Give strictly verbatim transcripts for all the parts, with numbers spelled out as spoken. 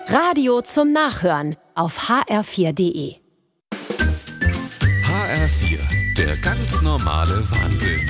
Radio zum Nachhören auf h r vier punkt d e. H R vier, der ganz normale Wahnsinn.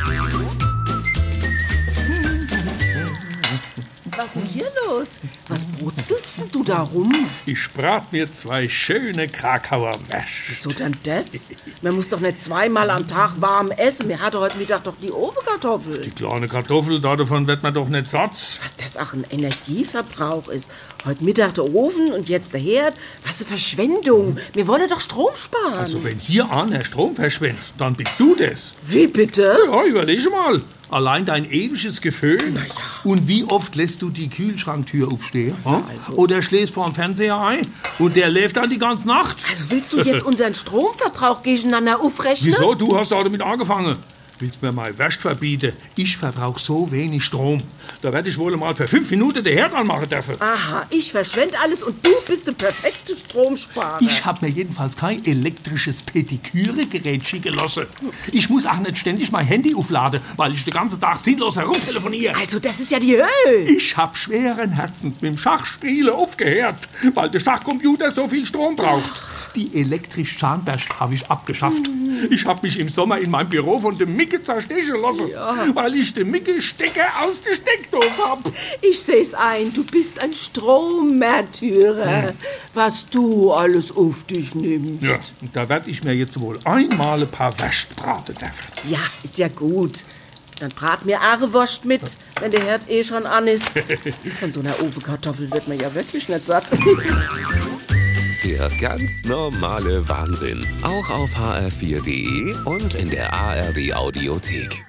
Was ist denn hier los? Was brutzelst denn du da rum? Ich brat mir zwei schöne Krakauer Wäsch. Wieso denn das? Man muss doch nicht zweimal am Tag warm essen. Mir hatte heute Mittag doch die Ofenkartoffel. Die kleine Kartoffel, davon wird man doch nicht satt. Was das auch ein Energieverbrauch ist. Heute Mittag der Ofen und jetzt der Herd. Was eine Verschwendung. Wir wollen doch Strom sparen. Also wenn hier einer Strom verschwendet, dann bist du das. Wie bitte? Ja, überlege mal. Allein dein ewiges Geföhn. Ja. Und wie oft lässt du die Kühlschranktür aufstehen? Ja, also. Oder schläfst vor dem Fernseher ein und der läuft dann die ganze Nacht. Also willst du jetzt unseren Stromverbrauch gegeneinander aufrechnen? Wieso? Du hast da damit angefangen. Willst mir mal Wäsche verbieten? Ich verbrauche so wenig Strom. Da werde ich wohl mal für fünf Minuten den Herd anmachen dürfen. Aha, ich verschwende alles und du bist der perfekte Stromsparer. Ich habe mir jedenfalls kein elektrisches Pediküre-Gerät schicken lassen. Ich muss auch nicht ständig mein Handy aufladen, weil ich den ganzen Tag sinnlos herumtelefoniere. Also das ist ja die Hölle. Ich habe schweren Herzens mit dem Schachspielen aufgehört, weil der Schachcomputer so viel Strom braucht. Die elektrische Zahnbürste habe ich abgeschafft. Mm. Ich habe mich im Sommer in meinem Büro von dem Micke zerstechen lassen, ja. weil ich den Micke-Stecker aus der Steckdose habe. Ich seh's ein, du bist ein Strommärtyrer, hm. was du alles auf dich nimmst. Ja, und da werde ich mir jetzt wohl einmal ein paar Wäsche braten dürfen. Ja, ist ja gut. Dann brat mir Aarewurst mit, wenn der Herd eh schon an ist. Von so einer Ofenkartoffel wird man ja wirklich nicht satt. Der ganz normale Wahnsinn. Auch auf h r vier punkt d e und in der A R D Audiothek.